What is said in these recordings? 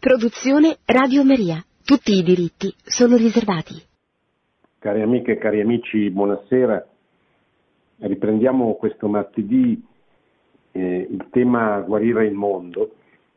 Produzione Radio Maria. Tutti i diritti sono riservati. Cari amiche e cari amici, buonasera. Riprendiamo questo martedì il tema guarire il mondo,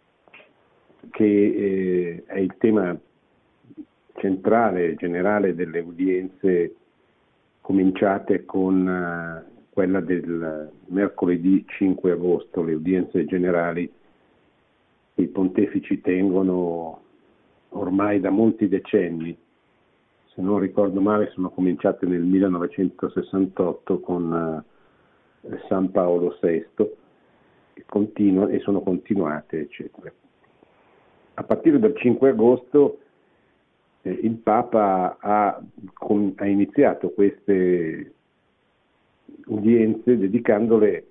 che è il tema centrale, generale delle udienze cominciate con quella del mercoledì 5 agosto, le udienze generali che i pontefici tengono ormai da molti decenni. Se non ricordo male sono cominciate nel 1968 con San Paolo VI e sono continuate, eccetera. A partire dal 5 agosto il Papa ha iniziato queste udienze dedicandole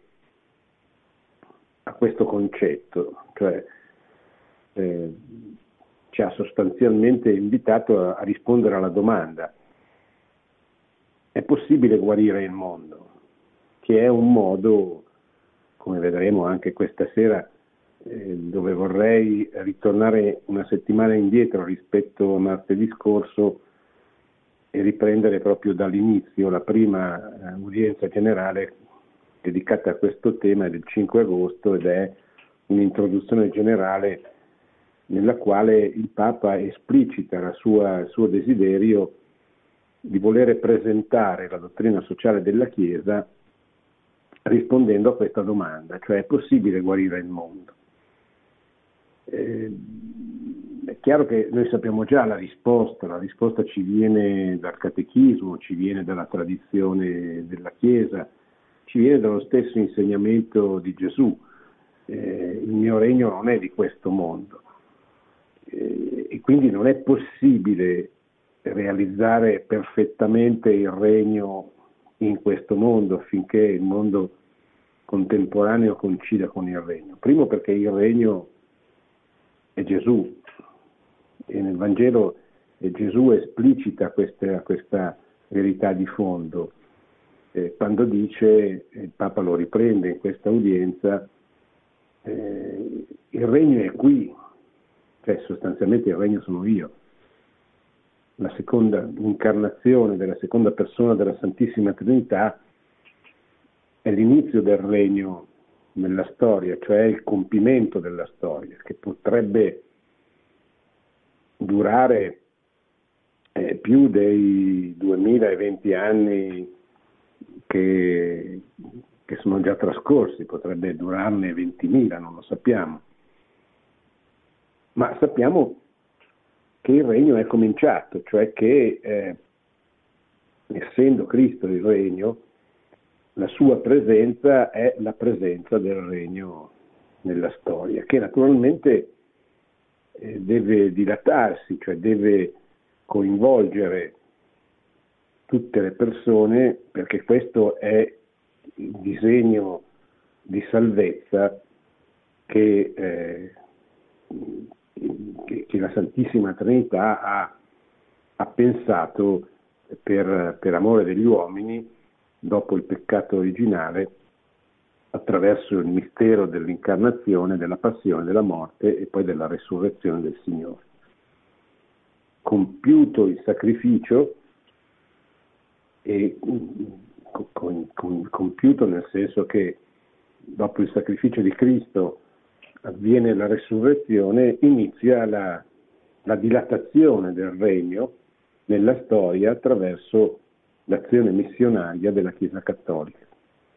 a questo concetto, cioè ci ha sostanzialmente invitato a rispondere alla domanda: è possibile guarire il mondo? Che è un modo, come vedremo anche questa sera, dove vorrei ritornare una settimana indietro rispetto a martedì scorso e riprendere proprio dall'inizio. La prima udienza generale dedicata a questo tema è del 5 agosto ed è un'introduzione generale nella quale il Papa esplicita il suo desiderio di volere presentare la dottrina sociale della Chiesa rispondendo a questa domanda, cioè è possibile guarire il mondo? È chiaro che noi sappiamo già la risposta ci viene dal catechismo, ci viene dalla tradizione della Chiesa, ci viene dallo stesso insegnamento di Gesù. Il mio regno non è di questo mondo. E quindi non è possibile realizzare perfettamente il regno in questo mondo affinché il mondo contemporaneo coincida con il regno. Primo perché il regno è Gesù e nel Vangelo Gesù esplicita questa verità di fondo quando dice, il Papa lo riprende in questa udienza, il regno è qui. Cioè sostanzialmente il regno sono io. La seconda incarnazione della seconda persona della Santissima Trinità è l'inizio del regno nella storia, cioè il compimento della storia, che potrebbe durare più dei 2020 anni che sono già trascorsi, potrebbe durarne 20.000, non lo sappiamo. Ma sappiamo che il regno è cominciato, cioè che essendo Cristo il regno, la sua presenza è la presenza del regno nella storia, che naturalmente deve dilatarsi, cioè deve coinvolgere tutte le persone, perché questo è il disegno di salvezza che la Santissima Trinità ha pensato per amore degli uomini dopo il peccato originale, attraverso il mistero dell'incarnazione, della passione, della morte e poi della resurrezione del Signore. Compiuto il sacrificio, e compiuto nel senso che dopo il sacrificio di Cristo avviene la resurrezione, inizia la dilatazione del regno nella storia attraverso l'azione missionaria della Chiesa Cattolica,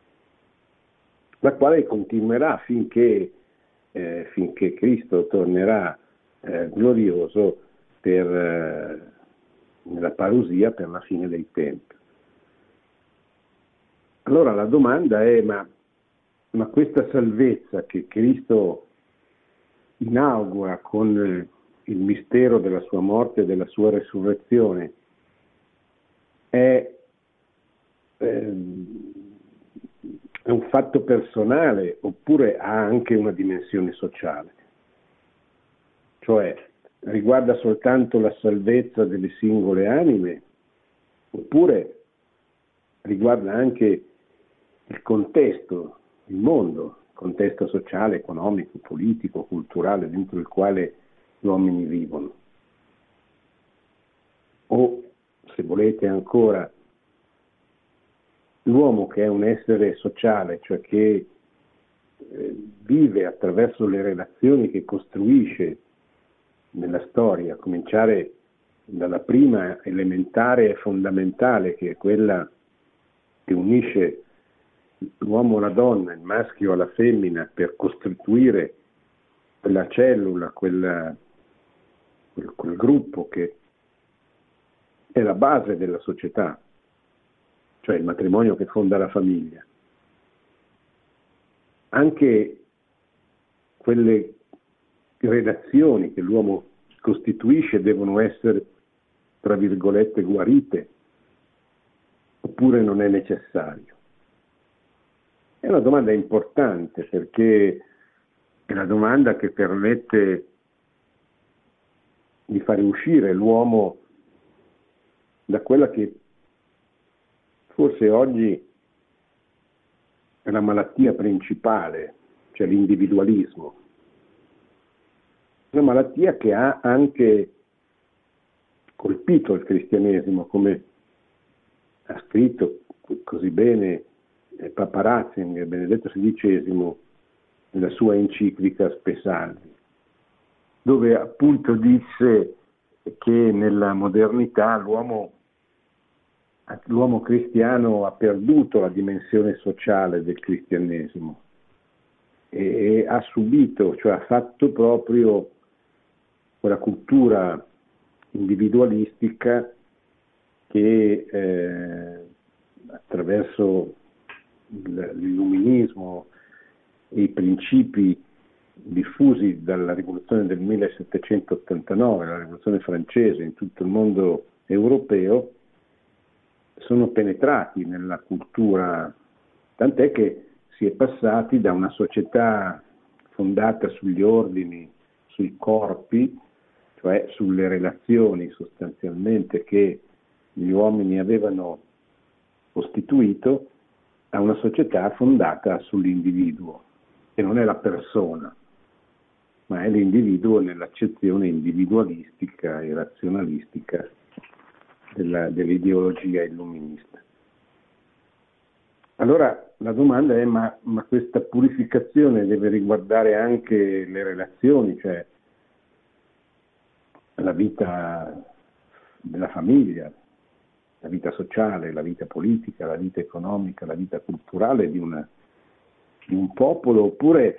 la quale continuerà finché Cristo tornerà glorioso nella parusia per la fine dei tempi. Allora la domanda è: ma questa salvezza che Cristo inaugura con il mistero della sua morte e della sua resurrezione è un fatto personale oppure ha anche una dimensione sociale? Cioè riguarda soltanto la salvezza delle singole anime oppure riguarda anche il contesto, il mondo, contesto sociale, economico, politico, culturale dentro il quale gli uomini vivono. O, se volete ancora, l'uomo che è un essere sociale, cioè che vive attraverso le relazioni che costruisce nella storia, a cominciare dalla prima elementare e fondamentale, che è quella che unisce l'uomo alla donna, il maschio alla femmina, per costituire quella cellula, quel gruppo che è la base della società, cioè il matrimonio che fonda la famiglia. Anche quelle relazioni che l'uomo costituisce devono essere, tra virgolette, guarite, oppure non è necessario? È una domanda importante, perché è la domanda che permette di fare uscire l'uomo da quella che forse oggi è la malattia principale, cioè l'individualismo. Una malattia che ha anche colpito il cristianesimo, come ha scritto così bene Papa Ratzinger, Benedetto XVI, nella sua enciclica Spe Salvi, dove appunto disse che nella modernità l'uomo cristiano ha perduto la dimensione sociale del cristianesimo e ha subito, cioè ha fatto proprio quella cultura individualistica che attraverso l'illuminismo e i principi diffusi dalla rivoluzione del 1789, la rivoluzione francese, in tutto il mondo europeo, sono penetrati nella cultura, tant'è che si è passati da una società fondata sugli ordini, sui corpi, cioè sulle relazioni sostanzialmente che gli uomini avevano costituito, a una società fondata sull'individuo, che non è la persona, ma è l'individuo nell'accezione individualistica e razionalistica dell'ideologia illuminista. Allora la domanda è: ma questa purificazione deve riguardare anche le relazioni, cioè la vita della famiglia, la vita sociale, la vita politica, la vita economica, la vita culturale di un popolo, oppure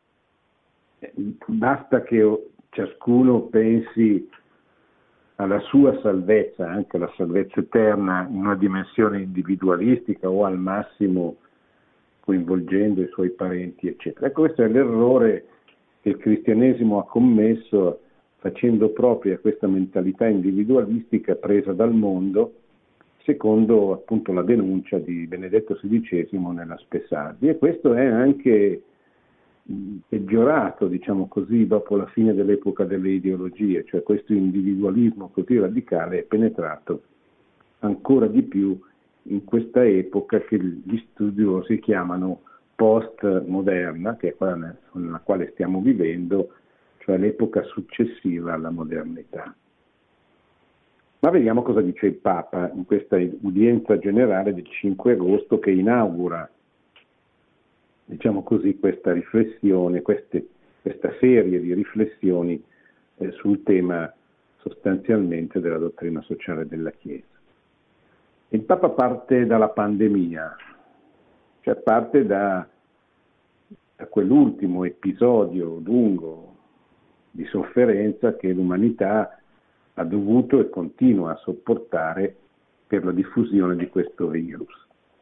basta che ciascuno pensi alla sua salvezza, anche alla salvezza eterna, in una dimensione individualistica o al massimo coinvolgendo i suoi parenti, eccetera. Ecco, questo è l'errore che il cristianesimo ha commesso, facendo propria questa mentalità individualistica presa dal mondo, secondo appunto la denuncia di Benedetto XVI nella Spe Salvi. E questo è anche peggiorato, diciamo così, dopo la fine dell'epoca delle ideologie, cioè questo individualismo così radicale è penetrato ancora di più in questa epoca che gli studiosi chiamano post-moderna, che è quella nella quale stiamo vivendo, cioè l'epoca successiva alla modernità. Ma vediamo cosa dice il Papa in questa udienza generale del 5 agosto che inaugura, diciamo così, questa riflessione, questa serie di riflessioni sul tema sostanzialmente della dottrina sociale della Chiesa. Il Papa parte dalla pandemia, cioè parte da quell'ultimo episodio lungo di sofferenza che l'umanità ha dovuto e continua a sopportare per la diffusione di questo virus,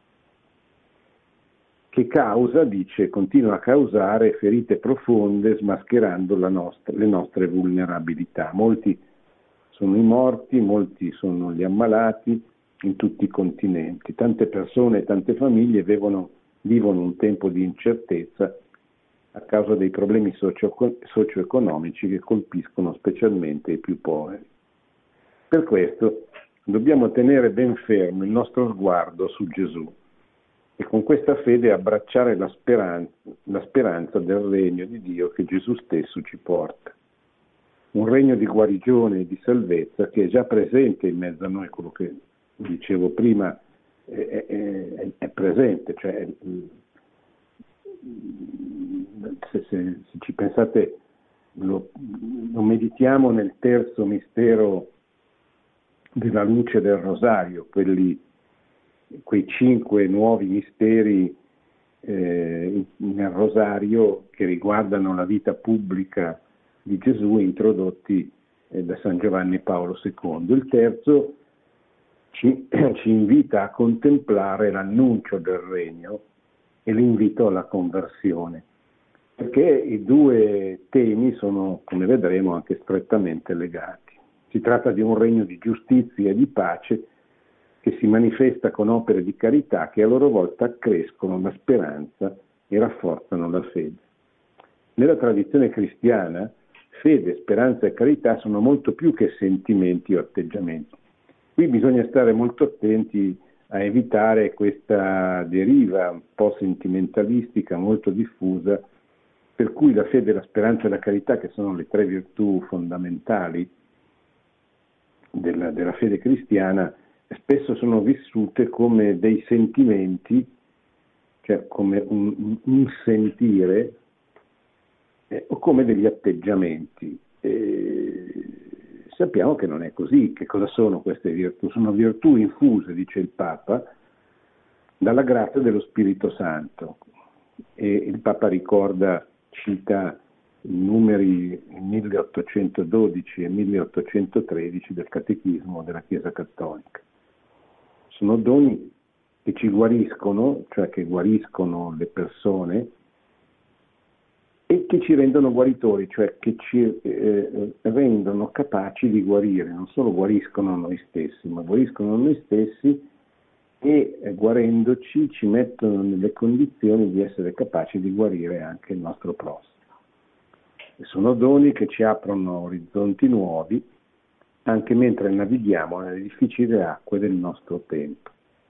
che continua a causare ferite profonde smascherando le nostre vulnerabilità. Molti sono i morti, molti sono gli ammalati in tutti i continenti. Tante persone e tante famiglie vivono un tempo di incertezza a causa dei problemi socio-economici che colpiscono specialmente i più poveri. Per questo dobbiamo tenere ben fermo il nostro sguardo su Gesù e con questa fede abbracciare la speranza del regno di Dio che Gesù stesso ci porta. un regno di guarigione e di salvezza che è già presente in mezzo a noi, quello che dicevo prima è presente, cioè se ci pensate lo meditiamo nel terzo mistero della luce del rosario, quei 5 nuovi misteri nel rosario che riguardano la vita pubblica di Gesù introdotti da San Giovanni Paolo II. Il terzo ci invita a contemplare l'annuncio del regno e l'invito alla conversione, perché i due temi sono, come vedremo, anche strettamente legati. Si tratta di un regno di giustizia e di pace che si manifesta con opere di carità che a loro volta accrescono la speranza e rafforzano la fede. Nella tradizione cristiana, fede, speranza e carità sono molto più che sentimenti o atteggiamenti. Qui bisogna stare molto attenti a evitare questa deriva un po' sentimentalistica, molto diffusa, per cui la fede, la speranza e la carità, che sono le 3 virtù fondamentali della fede cristiana, spesso sono vissute come dei sentimenti, cioè come un sentire, o come degli atteggiamenti. Sappiamo che non è così. Che cosa sono queste virtù? Sono virtù infuse, dice il Papa, dalla grazia dello Spirito Santo. E il Papa cita i numeri 1812 e 1813 del Catechismo della Chiesa Cattolica. Sono doni che ci guariscono, cioè che guariscono le persone, e che ci rendono guaritori, cioè che ci rendono capaci di guarire. Non solo guariscono noi stessi, ma guariscono noi stessi e guarendoci ci mettono nelle condizioni di essere capaci di guarire anche il nostro prossimo. E sono doni che ci aprono orizzonti nuovi anche mentre navighiamo nelle difficili acque del nostro tempo.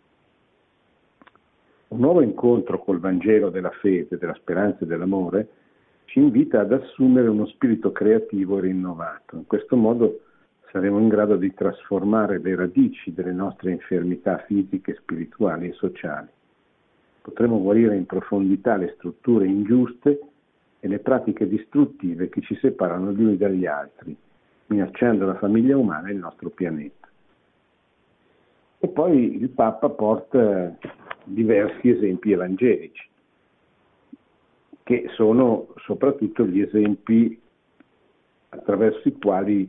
Un nuovo incontro col Vangelo della fede, della speranza e dell'amore ci invita ad assumere uno spirito creativo e rinnovato. In questo modo saremo in grado di trasformare le radici delle nostre infermità fisiche, spirituali e sociali. Potremo guarire in profondità le strutture ingiuste e le pratiche distruttive che ci separano gli uni dagli altri, minacciando la famiglia umana e il nostro pianeta. E poi il Papa porta diversi esempi evangelici, che sono soprattutto gli esempi attraverso i quali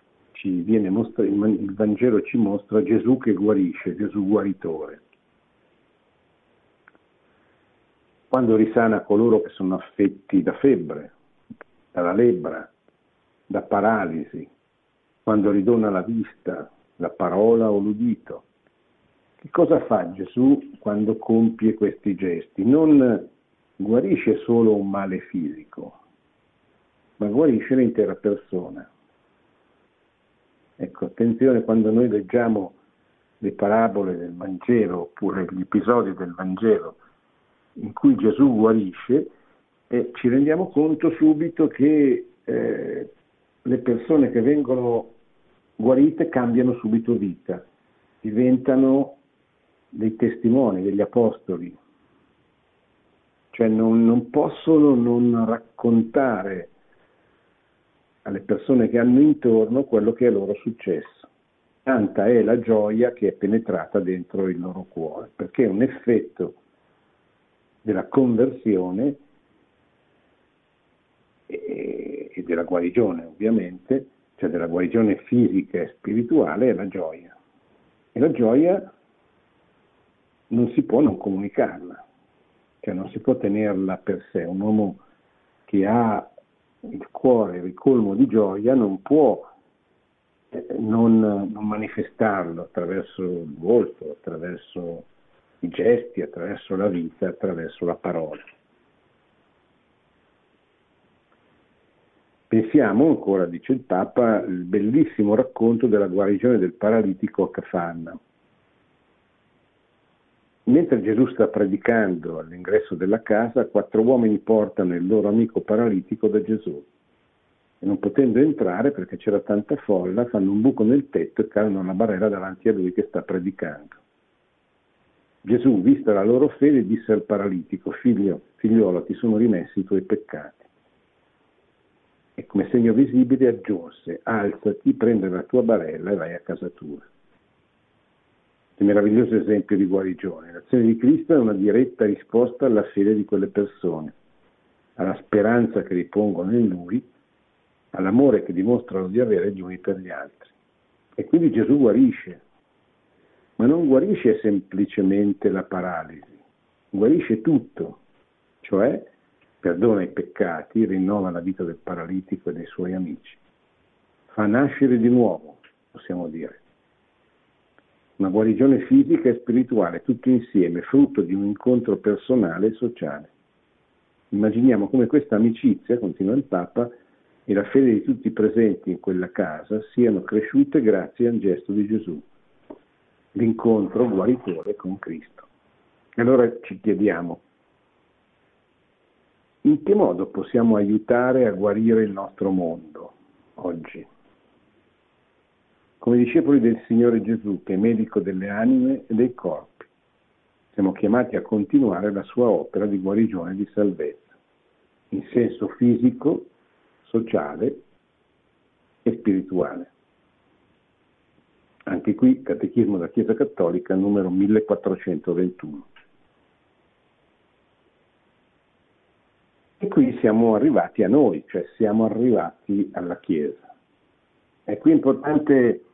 il Vangelo ci mostra Gesù che guarisce, Gesù guaritore. Quando risana coloro che sono affetti da febbre, dalla lebbra, da paralisi, quando ridona la vista, la parola o l'udito. Che cosa fa Gesù quando compie questi gesti? Non guarisce solo un male fisico, ma guarisce l'intera persona. Ecco, attenzione quando noi leggiamo le parabole del Vangelo oppure gli episodi del Vangelo in cui Gesù guarisce, ci rendiamo conto subito che le persone che vengono guarite cambiano subito vita, diventano dei testimoni, degli apostoli, cioè non possono non raccontare alle persone che hanno intorno quello che è loro successo. Tanta è la gioia che è penetrata dentro il loro cuore, perché è un effetto della conversione e della guarigione, ovviamente, cioè della guarigione fisica e spirituale, è la gioia. E la gioia non si può non comunicarla, cioè non si può tenerla per sé. Un uomo che ha il cuore ricolmo di gioia non può non manifestarlo attraverso il volto, attraverso i gesti, attraverso la vita, attraverso la parola. Pensiamo ancora, dice il Papa, al bellissimo racconto della guarigione del paralitico a Cafarna. Mentre Gesù sta predicando all'ingresso della casa, 4 uomini portano il loro amico paralitico da Gesù. e non potendo entrare perché c'era tanta folla, fanno un buco nel tetto e cadono una barella davanti a lui che sta predicando. Gesù, vista la loro fede, disse al paralitico: figliolo, ti sono rimessi i tuoi peccati. E come segno visibile aggiunse: alzati, prendi la tua barella e vai a casa tua. Che meraviglioso esempio di guarigione. L'azione di Cristo è una diretta risposta alla fede di quelle persone, alla speranza che ripongono in Lui, all'amore che dimostrano di avere gli uni per gli altri. E quindi Gesù guarisce, ma non guarisce semplicemente la paralisi, guarisce tutto, cioè perdona i peccati, rinnova la vita del paralitico e dei suoi amici, fa nascere di nuovo, possiamo dire. Una guarigione fisica e spirituale, tutto insieme, frutto di un incontro personale e sociale. Immaginiamo come questa amicizia, continua il Papa, e la fede di tutti i presenti in quella casa siano cresciute grazie al gesto di Gesù, l'incontro guaritore con Cristo. E allora ci chiediamo: in che modo possiamo aiutare a guarire il nostro mondo oggi? Come discepoli del Signore Gesù, che è medico delle anime e dei corpi, siamo chiamati a continuare la sua opera di guarigione e di salvezza, in senso fisico, sociale e spirituale. Anche qui, Catechismo della Chiesa Cattolica, numero 1421. E qui siamo arrivati a noi, cioè siamo arrivati alla Chiesa. E qui è importante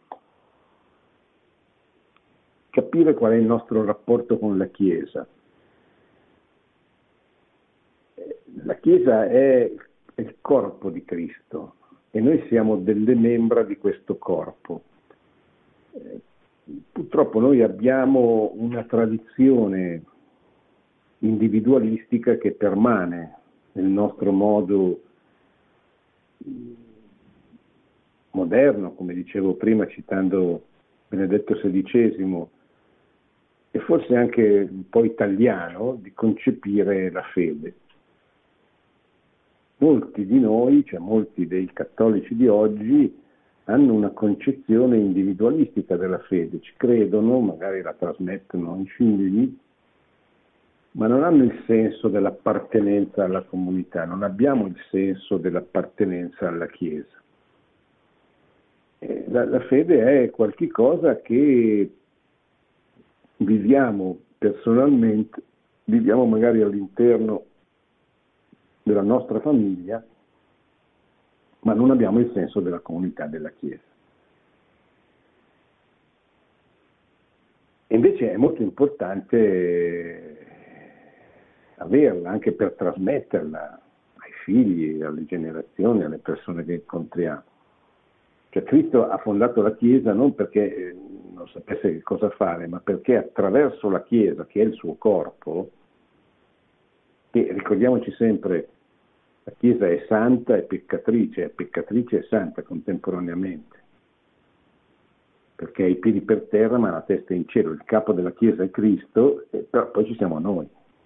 capire qual è il nostro rapporto con la Chiesa. La Chiesa è il corpo di Cristo e noi siamo delle membra di questo corpo. Purtroppo noi abbiamo una tradizione individualistica che permane nel nostro modo moderno, come dicevo prima citando Benedetto XVI, e forse anche un po' italiano, di concepire la fede. Molti di noi, cioè molti dei cattolici di oggi, hanno una concezione individualistica della fede, ci credono, magari la trasmettono ai figli, ma non hanno il senso dell'appartenenza alla comunità, non abbiamo il senso dell'appartenenza alla Chiesa. La fede è qualcosa che viviamo personalmente, viviamo magari all'interno della nostra famiglia, ma non abbiamo il senso della comunità della Chiesa. E invece è molto importante averla, anche per trasmetterla ai figli, alle generazioni, alle persone che incontriamo. Cioè Cristo ha fondato la Chiesa non perché non sapesse che cosa fare, ma perché attraverso la Chiesa, che è il suo corpo, che ricordiamoci sempre, la Chiesa è santa e peccatrice e santa contemporaneamente, perché ha i piedi per terra ma la testa in cielo. Il capo della Chiesa è Cristo, però poi ci siamo noi,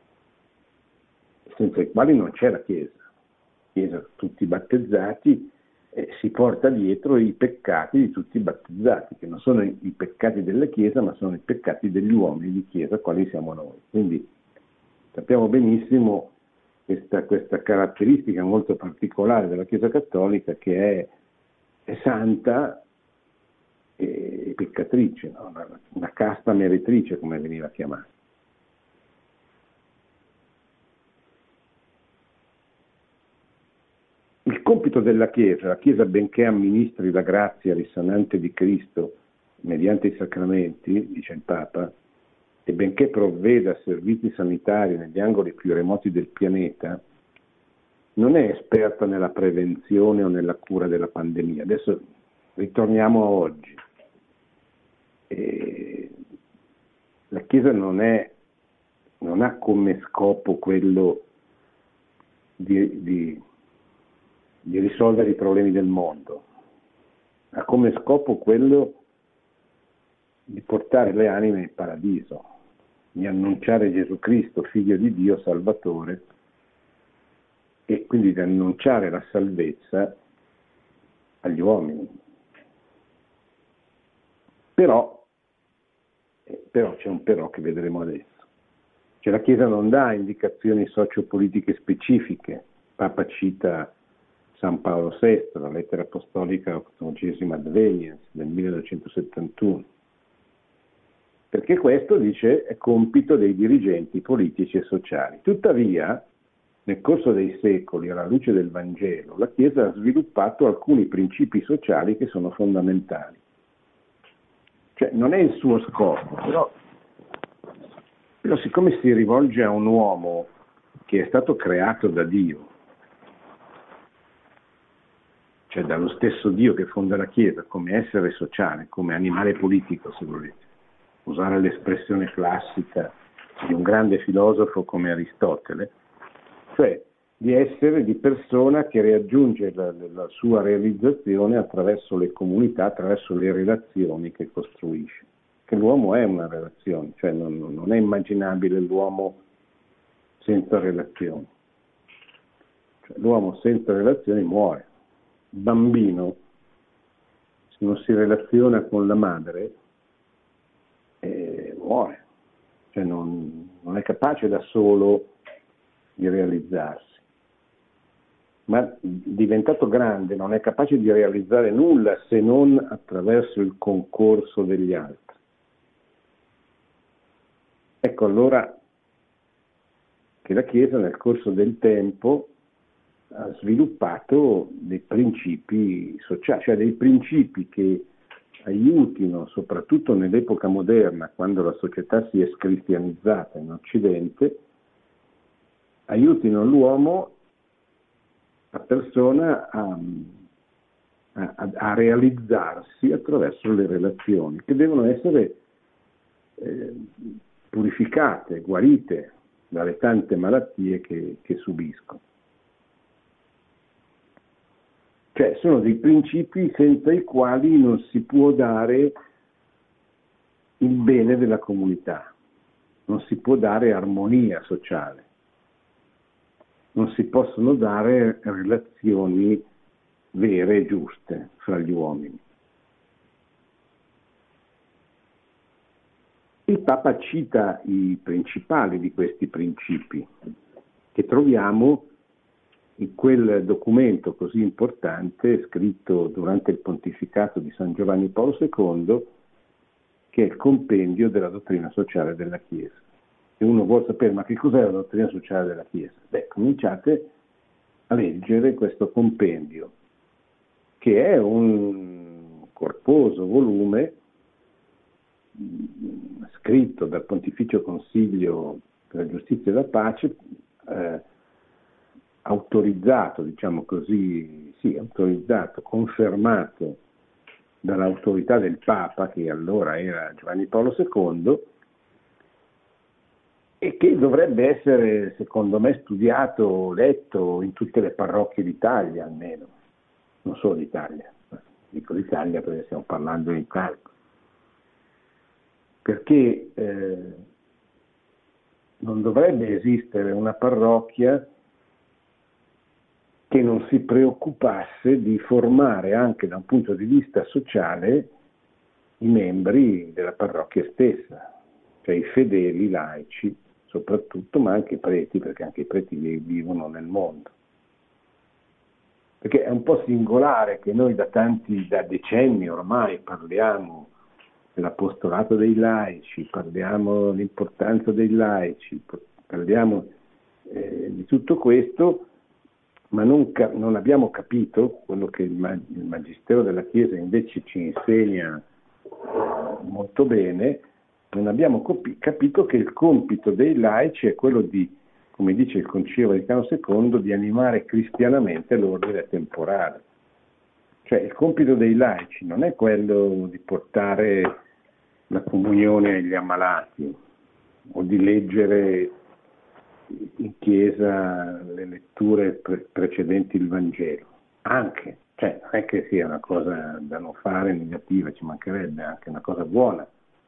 senza i quali non c'è la Chiesa. La Chiesa, tutti battezzati, si porta dietro i peccati di tutti i battezzati, che non sono i peccati della Chiesa, ma sono i peccati degli uomini di Chiesa, quali siamo noi. Quindi sappiamo benissimo questa caratteristica molto particolare della Chiesa Cattolica, che è santa e peccatrice, no? Una casta meretrice, come veniva chiamata. Il compito della Chiesa, la Chiesa benché amministri la grazia risanante di Cristo mediante i sacramenti, dice il Papa, e benché provveda a servizi sanitari negli angoli più remoti del pianeta, non è esperta nella prevenzione o nella cura della pandemia. Adesso ritorniamo a oggi. La Chiesa non ha come scopo quello di risolvere i problemi del mondo, ha come scopo quello di portare le anime in paradiso, di annunciare Gesù Cristo, Figlio di Dio, Salvatore, e quindi di annunciare la salvezza agli uomini. Però c'è un però che vedremo adesso. Cioè la Chiesa non dà indicazioni sociopolitiche specifiche. Papa cita San Paolo VI, la lettera apostolica 80 ad Veniens del 1971. Perché questo, dice, è compito dei dirigenti politici e sociali. Tuttavia, nel corso dei secoli, alla luce del Vangelo, la Chiesa ha sviluppato alcuni principi sociali che sono fondamentali. Cioè, non è il suo scopo, però siccome si rivolge a un uomo che è stato creato da Dio, cioè dallo stesso Dio che fonda la Chiesa, come essere sociale, come animale politico, se volete, usare l'espressione classica di un grande filosofo come Aristotele, cioè di persona che raggiunge la sua realizzazione attraverso le comunità, attraverso le relazioni che costruisce. Che l'uomo è una relazione, cioè non è immaginabile l'uomo senza relazioni. Cioè, l'uomo senza relazioni muore. Il bambino, se non si relaziona con la madre, muore. Cioè non è capace da solo di realizzarsi. Ma diventato grande non è capace di realizzare nulla se non attraverso il concorso degli altri. Ecco allora che la Chiesa nel corso del tempo ha sviluppato dei principi sociali, cioè dei principi che aiutino, soprattutto nell'epoca moderna, quando la società si è scristianizzata in Occidente, aiutino l'uomo, la persona a realizzarsi attraverso le relazioni, che devono essere purificate, guarite dalle tante malattie che subiscono. Cioè sono dei principi senza i quali non si può dare il bene della comunità, non si può dare armonia sociale, non si possono dare relazioni vere e giuste fra gli uomini. Il Papa cita i principali di questi principi che troviamo in quel documento così importante scritto durante il pontificato di San Giovanni Paolo II, che è il compendio della dottrina sociale della Chiesa. E uno vuole sapere ma che cos'è la dottrina sociale della Chiesa? Beh, cominciate a leggere questo compendio, che è un corposo volume scritto dal Pontificio Consiglio per la Giustizia e la Pace, autorizzato, diciamo così, autorizzato, confermato dall'autorità del Papa, che allora era Giovanni Paolo II, e che dovrebbe essere, secondo me, studiato, letto in tutte le parrocchie d'Italia almeno, non solo d'Italia, dico d'Italia perché stiamo parlando in Italia, perché non dovrebbe esistere una parrocchia che non si preoccupasse di formare anche da un punto di vista sociale i membri della parrocchia stessa, cioè i fedeli laici soprattutto, ma anche i preti, perché anche i preti vivono nel mondo. Perché è un po' singolare che noi da decenni ormai parliamo dell'apostolato dei laici, parliamo dell'importanza dei laici, parliamo di tutto questo, ma non abbiamo capito quello che il Magistero della Chiesa invece ci insegna molto bene. Non abbiamo capito che il compito dei laici è quello di, come dice il Concilio Vaticano II, di animare cristianamente l'ordine temporale. Cioè il compito dei laici non è quello di portare la comunione agli ammalati o di leggere in chiesa le letture precedenti il Vangelo, anche, cioè non è che sia una cosa da non fare negativa, ci mancherebbe, anche una cosa buona,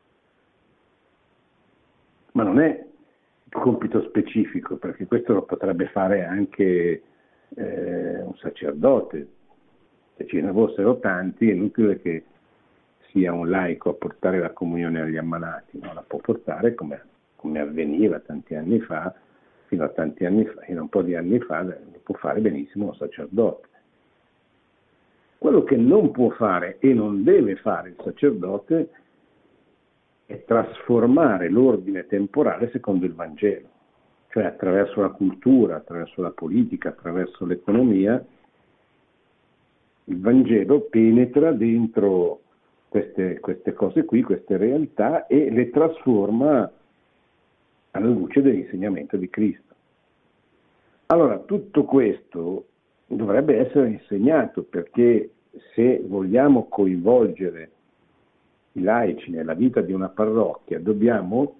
ma non è il compito specifico, perché questo lo potrebbe fare anche un sacerdote, Se ce ne fossero tanti è inutile che sia un laico a portare la comunione agli ammalati, no? La può portare come avveniva tanti anni fa, fino a un po' di anni fa, lo può fare benissimo un sacerdote. Quello che non può fare e non deve fare il sacerdote è trasformare l'ordine temporale secondo il Vangelo, cioè attraverso la cultura, attraverso la politica, attraverso l'economia. Il Vangelo penetra dentro queste cose qui, queste realtà, e le trasforma alla luce dell'insegnamento di Cristo. Allora, tutto questo dovrebbe essere insegnato, perché se vogliamo coinvolgere i laici nella vita di una parrocchia, dobbiamo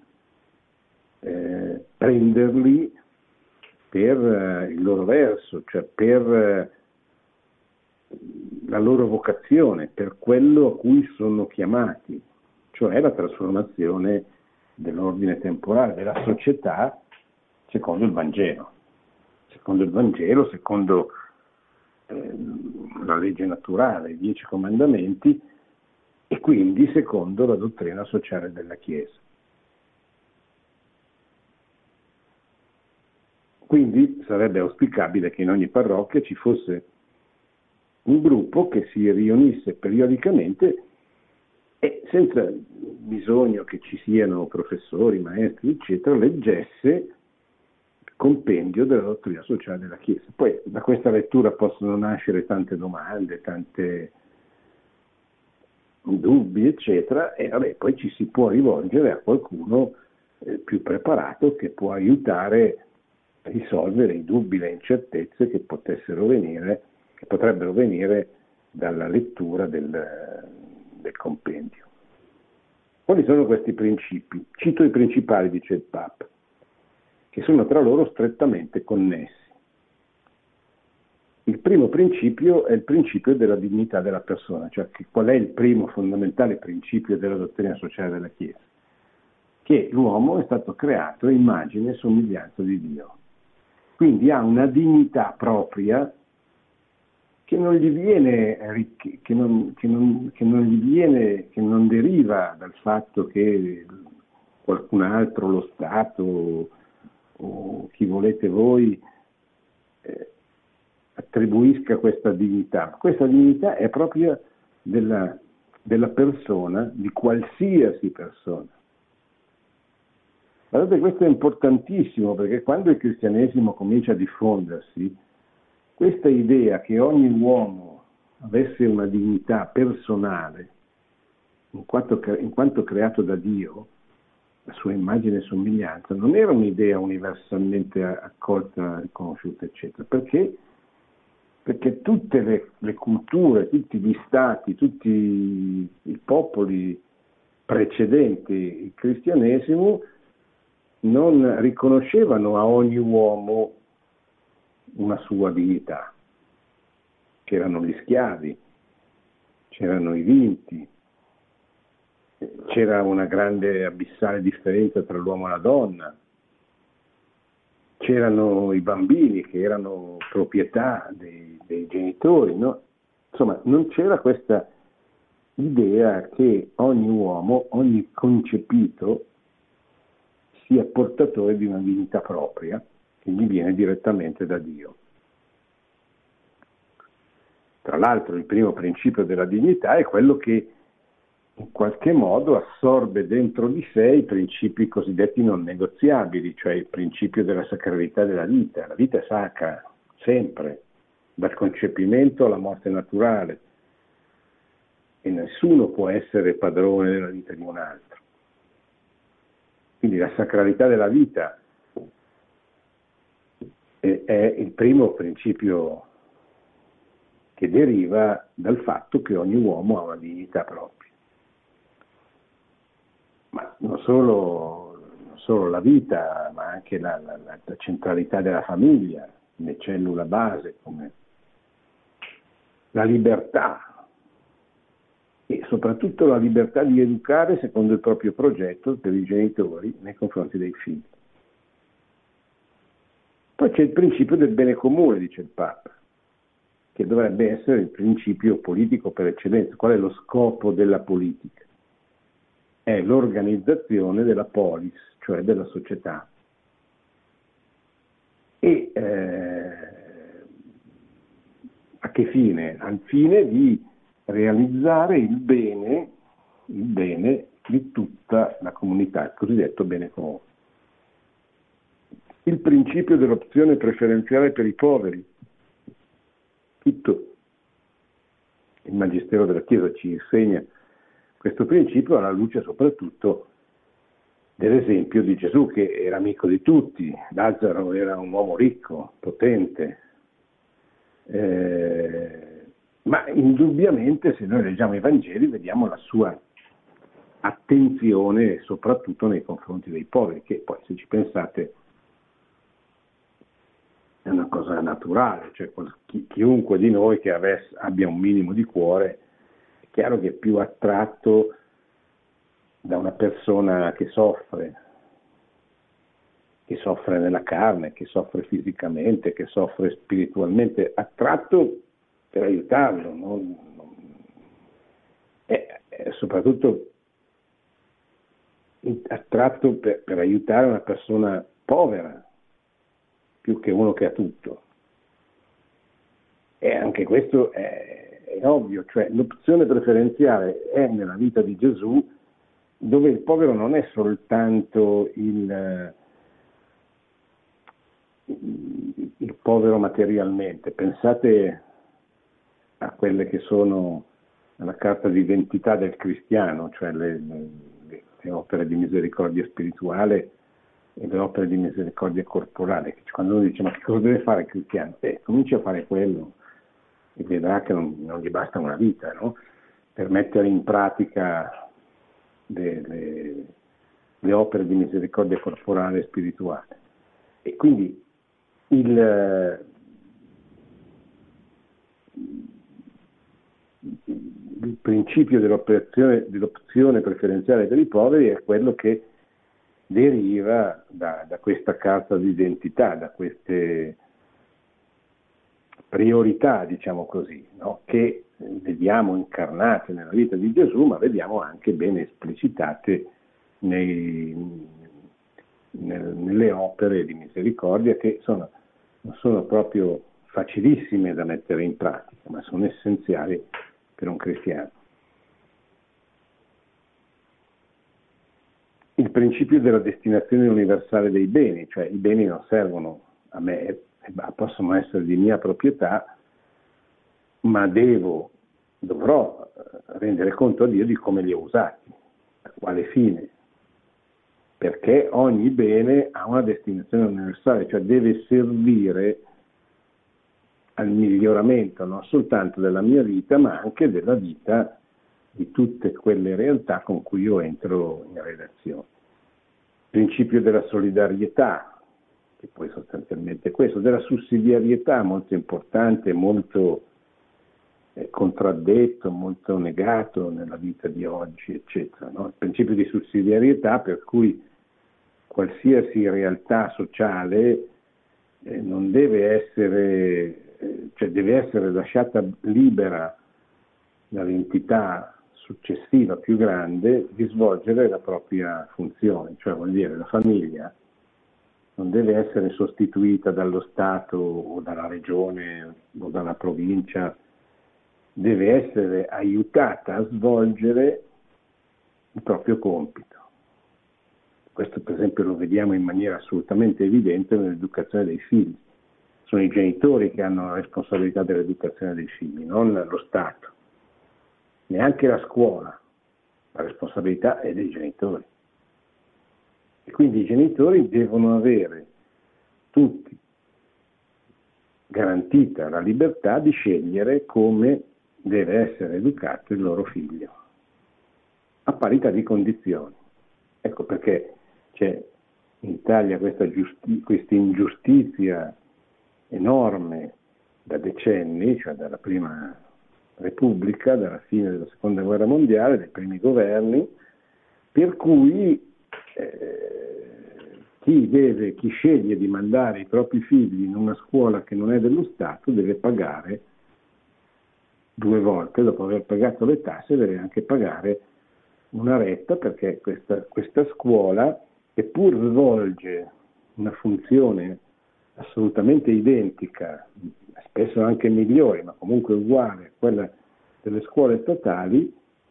prenderli per il loro verso, cioè per la loro vocazione, per quello a cui sono chiamati, cioè la trasformazione dell'ordine temporale, della società secondo il Vangelo, secondo la legge naturale, i 10 comandamenti, e quindi secondo la dottrina sociale della Chiesa. Quindi sarebbe auspicabile che in ogni parrocchia ci fosse un gruppo che si riunisse periodicamente e, senza bisogno che ci siano professori, maestri, eccetera, leggesse il compendio della dottrina sociale della Chiesa. Poi da questa lettura possono nascere tante domande, tanti dubbi, eccetera, e poi ci si può rivolgere a qualcuno più preparato che può aiutare a risolvere i dubbi, le incertezze che potrebbero venire dalla lettura del compendio. Quali sono questi principi? Cito i principali, dice il Papa, che sono tra loro strettamente connessi. Il primo principio è il principio della dignità della persona, cioè qual è il primo fondamentale principio della dottrina sociale della Chiesa? Che l'uomo è stato creato a immagine e somiglianza di Dio. Quindi ha una dignità propria che non deriva dal fatto che qualcun altro, lo Stato o chi volete voi, attribuisca questa dignità. Questa dignità è propria della persona, di qualsiasi persona. Guardate, questo è importantissimo, perché quando il cristianesimo comincia a diffondersi, questa idea che ogni uomo avesse una dignità personale, in quanto creato da Dio, la sua immagine e somiglianza, non era un'idea universalmente accolta, riconosciuta, eccetera, perché tutte le culture, tutti gli stati, tutti i popoli precedenti il cristianesimo non riconoscevano a ogni uomo una sua dignità. C'erano gli schiavi, c'erano i vinti, c'era una grande abissale differenza tra l'uomo e la donna, c'erano i bambini che erano proprietà dei genitori, no? Insomma, non c'era questa idea che ogni uomo, ogni concepito, sia portatore di una dignità propria che gli viene direttamente da Dio. Tra l'altro il primo principio della dignità è quello che in qualche modo assorbe dentro di sé i principi cosiddetti non negoziabili, cioè il principio della sacralità della vita. La vita è sacra, sempre, dal concepimento alla morte naturale, e nessuno può essere padrone della vita di un altro. Quindi la sacralità della vita è il primo principio che deriva dal fatto che ogni uomo ha una dignità propria. Ma non solo la vita, ma anche la centralità della famiglia, le cellule base, come la libertà, e soprattutto la libertà di educare secondo il proprio progetto per i genitori nei confronti dei figli. Poi c'è il principio del bene comune, dice il Papa, che dovrebbe essere il principio politico per eccellenza. Qual è lo scopo della politica? È l'organizzazione della polis, cioè della società. E a che fine? Al fine di realizzare il bene di tutta la comunità, il cosiddetto bene comune. Il principio dell'opzione preferenziale per i poveri. Tutto il Magistero della Chiesa ci insegna questo principio alla luce soprattutto dell'esempio di Gesù, che era amico di tutti. Lazzaro era un uomo ricco, potente, ma indubbiamente se noi leggiamo i Vangeli vediamo la sua attenzione soprattutto nei confronti dei poveri, che poi se ci pensate è una cosa naturale, cioè chiunque di noi che abbia un minimo di cuore è chiaro che è più attratto da una persona che soffre nella carne, che soffre fisicamente, che soffre spiritualmente, attratto per aiutarlo, soprattutto attratto per aiutare una persona povera, più che uno che ha tutto. E anche questo è ovvio, cioè l'opzione preferenziale è nella vita di Gesù, dove il povero non è soltanto il povero materialmente. Pensate a quelle che sono la carta d'identità del cristiano, cioè le opere di misericordia spirituale e le opere di misericordia corporale. Quando uno dice ma che cosa deve fare il cristiano? Comincia a fare quello e vedrà che non gli basta una vita, no? Per mettere in pratica le opere di misericordia corporale e spirituale. E quindi il principio dell'opzione preferenziale per i poveri è quello che deriva da questa carta d'identità, da queste priorità, diciamo così, no? Che vediamo incarnate nella vita di Gesù, ma vediamo anche ben esplicitate nelle opere di misericordia, che non sono proprio facilissime da mettere in pratica, ma sono essenziali per un cristiano. Il principio della destinazione universale dei beni, cioè i beni non servono a me, possono essere di mia proprietà, ma dovrò rendere conto a Dio di come li ho usati, a quale fine, perché ogni bene ha una destinazione universale, cioè deve servire al miglioramento non soltanto della mia vita, ma anche della vita di tutte quelle realtà con cui io entro in relazione. Il principio della solidarietà, che poi sostanzialmente è questo, della sussidiarietà, molto importante, molto contraddetto, molto negato nella vita di oggi, eccetera, no? Il principio di sussidiarietà per cui qualsiasi realtà sociale non deve essere, cioè deve essere lasciata libera dall'entità successiva più grande di svolgere la propria funzione, cioè vuol dire la famiglia non deve essere sostituita dallo Stato o dalla regione o dalla provincia, deve essere aiutata a svolgere il proprio compito. Questo per esempio lo vediamo in maniera assolutamente evidente nell'educazione dei figli. Sono i genitori che hanno la responsabilità dell'educazione dei figli, non lo Stato. Neanche la scuola, la responsabilità è dei genitori. E quindi i genitori devono avere tutti garantita la libertà di scegliere come deve essere educato il loro figlio, a parità di condizioni. Ecco perché c'è in Italia questa ingiustizia enorme da decenni, cioè dalla Prima Repubblica, dalla fine della Seconda Guerra Mondiale, dai primi governi, per cui chi sceglie di mandare i propri figli in una scuola che non è dello Stato deve pagare 2 volte, dopo aver pagato le tasse, deve anche pagare una retta, perché questa scuola, che pur svolge una funzione assolutamente identica, spesso anche migliore, ma comunque uguale a quella delle scuole statali,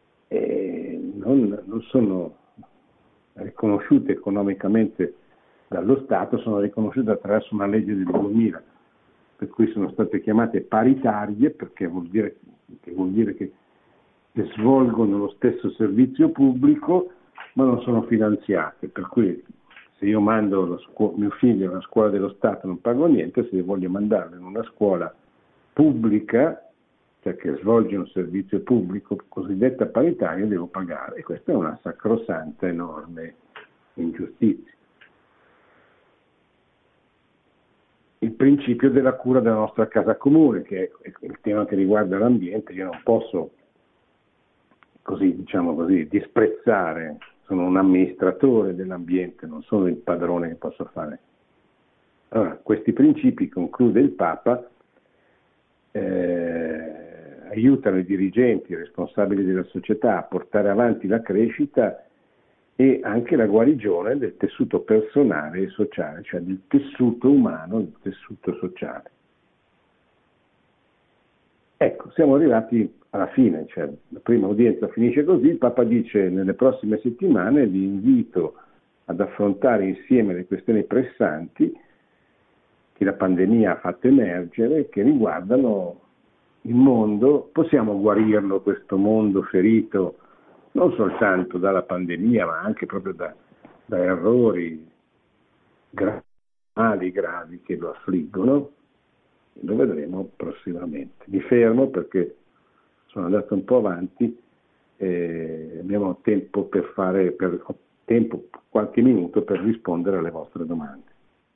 non sono riconosciute economicamente dallo Stato, sono riconosciute attraverso una legge del 2000, per cui sono state chiamate paritarie, perché vuol dire che svolgono lo stesso servizio pubblico, ma non sono finanziate, per cui se io mando mio figlio a una scuola dello Stato non pago niente, se voglio mandarlo in una scuola pubblica, cioè che svolge un servizio pubblico cosiddetta paritaria, devo pagare, e questa è una sacrosanta enorme ingiustizia. Il principio della cura della nostra casa comune, che è il tema che riguarda l'ambiente, io non posso disprezzare, sono un amministratore dell'ambiente, non sono il padrone che posso fare. Allora, questi principi, conclude il Papa, aiutano i dirigenti, i responsabili della società a portare avanti la crescita e anche la guarigione del tessuto personale e sociale, cioè del tessuto umano, del tessuto sociale. Ecco, siamo arrivati alla fine, cioè la prima udienza finisce così, il Papa dice: nelle prossime settimane vi invito ad affrontare insieme le questioni pressanti che la pandemia ha fatto emergere, che riguardano il mondo. Possiamo guarirlo, questo mondo ferito, non soltanto dalla pandemia, ma anche proprio da errori gravi che lo affliggono. Lo vedremo prossimamente. Mi fermo perché sono andato un po' avanti e abbiamo tempo qualche minuto per rispondere alle vostre domande.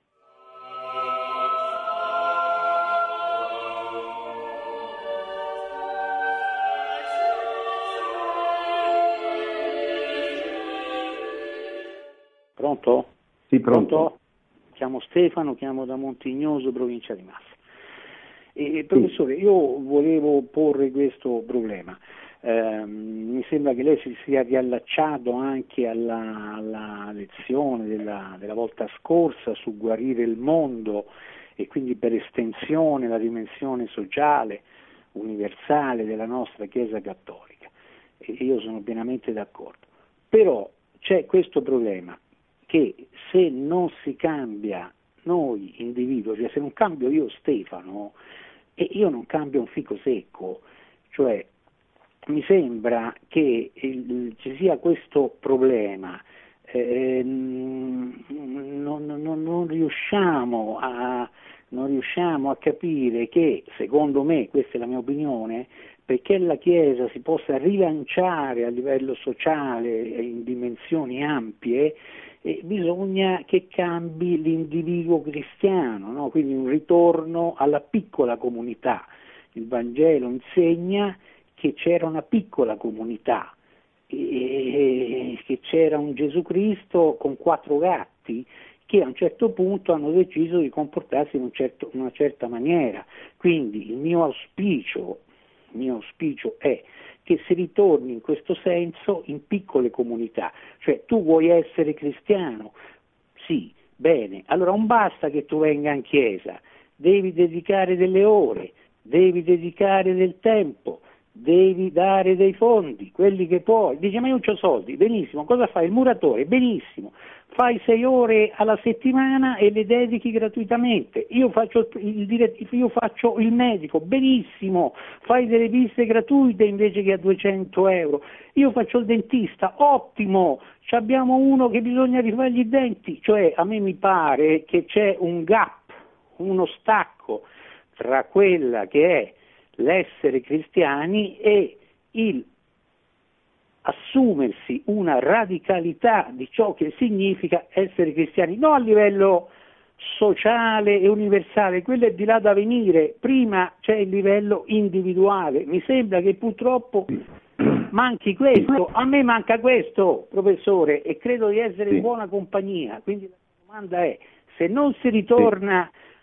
Pronto? Sì, pronto. Chiamo Stefano, chiamo da Montignoso, provincia di Massa. Professore, io volevo porre questo problema. Mi sembra che lei si sia riallacciato anche alla lezione della volta scorsa su guarire il mondo e quindi per estensione la dimensione sociale universale della nostra Chiesa Cattolica. E io sono pienamente d'accordo. Però c'è questo problema, che se non si cambia noi individui, cioè se non cambio io Stefano, e io non cambio un fico secco, cioè mi sembra che ci sia questo problema, non riusciamo a capire che, secondo me, questa è la mia opinione, perché la Chiesa si possa rilanciare a livello sociale in dimensioni ampie, bisogna che cambi l'individuo cristiano, no? Quindi un ritorno alla piccola comunità. Il Vangelo insegna che c'era una piccola comunità, che c'era un Gesù Cristo con 4 gatti che a un certo punto hanno deciso di comportarsi in una certa maniera. Quindi il mio auspicio è che si ritorni in questo senso in piccole comunità, cioè tu vuoi essere cristiano? Sì, bene, allora non basta che tu venga in chiesa, devi dedicare delle ore, devi dedicare del tempo, devi dare dei fondi, quelli che puoi. Dice: ma io non ho soldi, benissimo, cosa fai? Il muratore, benissimo, fai 6 ore alla settimana e le dedichi gratuitamente. Io faccio il medico, benissimo, fai delle visite gratuite invece che a 200 euro. Io faccio il dentista, ottimo, abbiamo uno che bisogna rifargli i denti. Cioè, a me mi pare che c'è un gap, uno stacco tra quella che è l'essere cristiani e il assumersi una radicalità di ciò che significa essere cristiani, non a livello sociale e universale, quello è di là da venire, prima c'è il livello individuale. Mi sembra che purtroppo manchi questo, a me manca questo, professore, e credo di essere in buona compagnia, quindi la domanda è: se non si ritorna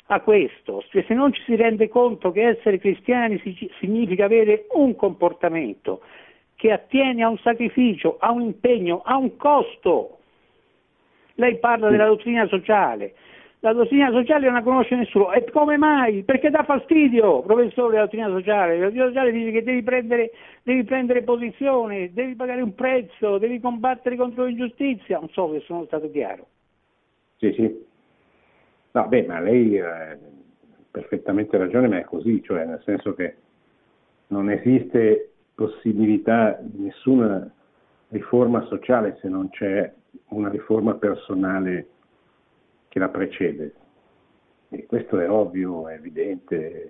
a questo, cioè se non ci si rende conto che essere cristiani significa avere un comportamento che attiene a un sacrificio, a un impegno, a un costo. Lei parla della dottrina sociale. La dottrina sociale non la conosce nessuno. E come mai? Perché dà fastidio, professore, la dottrina sociale. La dottrina sociale dice che devi prendere posizione, devi pagare un prezzo, devi combattere contro l'ingiustizia. Non so se sono stato chiaro. Sì, sì. No, beh, ma lei ha perfettamente ragione, ma è così, cioè nel senso che non esiste possibilità di nessuna riforma sociale se non c'è una riforma personale che la precede. E questo è ovvio, è evidente.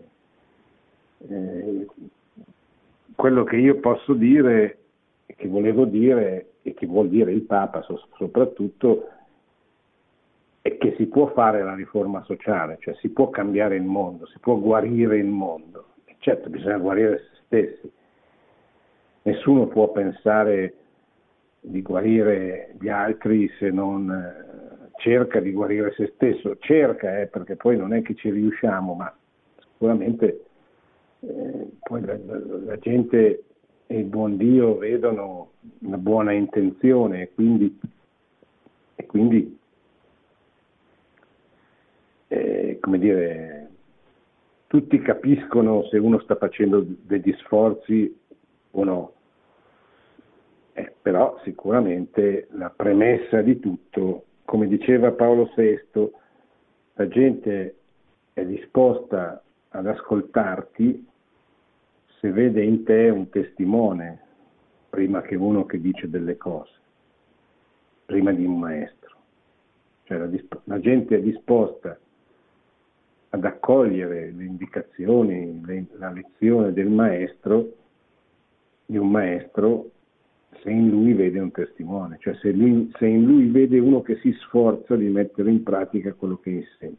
Quello che io posso dire, che volevo dire e che vuol dire il Papa soprattutto, è che si può fare la riforma sociale, cioè si può cambiare il mondo, si può guarire il mondo. E certo, bisogna guarire se stessi. Nessuno può pensare di guarire gli altri se non cerca di guarire se stesso. Cerca, perché poi non è che ci riusciamo, ma sicuramente poi la gente e il buon Dio vedono una buona intenzione e quindi come dire, tutti capiscono se uno sta facendo degli sforzi o no. Però sicuramente la premessa di tutto, come diceva Paolo VI, la gente è disposta ad ascoltarti se vede in te un testimone, prima che uno che dice delle cose, prima di un maestro. Cioè la gente è disposta ad accogliere le indicazioni, la lezione del maestro, di un maestro, se in lui vede un testimone, cioè se in lui vede uno che si sforza di mettere in pratica quello che insegna.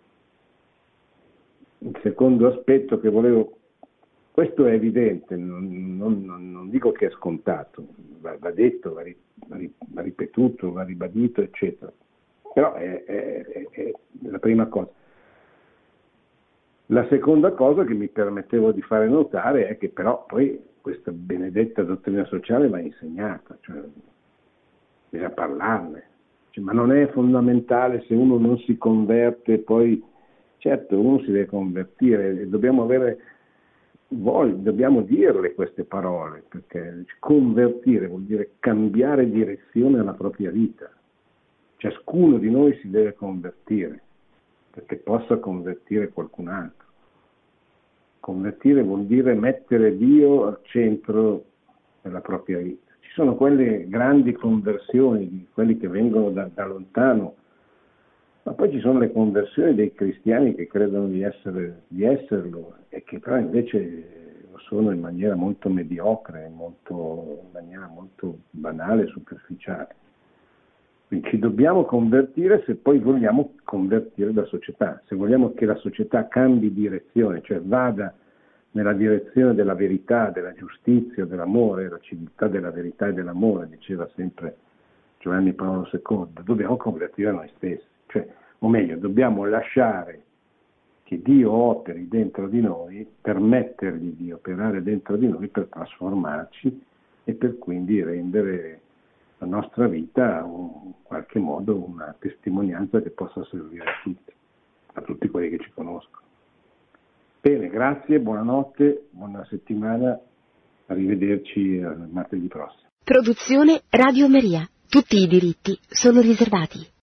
Il secondo aspetto che volevo, questo è evidente, non dico che è scontato, va detto, va ripetuto, va ribadito, eccetera, però è la prima cosa. La seconda cosa che mi permettevo di fare notare è che però poi questa benedetta dottrina sociale va insegnata, cioè bisogna parlarne, ma non è fondamentale se uno non si converte, poi certo uno si deve convertire e dobbiamo dirle queste parole, perché convertire vuol dire cambiare direzione alla propria vita. Ciascuno di noi si deve convertire perché possa convertire qualcun altro. Convertire vuol dire mettere Dio al centro della propria vita. Ci sono quelle grandi conversioni di quelli che vengono da lontano, ma poi ci sono le conversioni dei cristiani che credono di esserlo e che però invece lo sono in maniera molto mediocre, in maniera molto banale, superficiale. Quindi ci dobbiamo convertire se poi vogliamo convertire la società, se vogliamo che la società cambi direzione, cioè vada nella direzione della verità, della giustizia, dell'amore, la civiltà della verità e dell'amore, diceva sempre Giovanni Paolo II, dobbiamo convertire noi stessi, cioè, o meglio, dobbiamo lasciare che Dio operi dentro di noi, permettergli di operare dentro di noi per trasformarci e per quindi rendere la nostra vita in qualche modo una testimonianza che possa servire a tutti quelli che ci conoscono. Bene, grazie, buonanotte, buona settimana, arrivederci martedì prossimo. Produzione Radio Maria. Tutti i diritti sono riservati.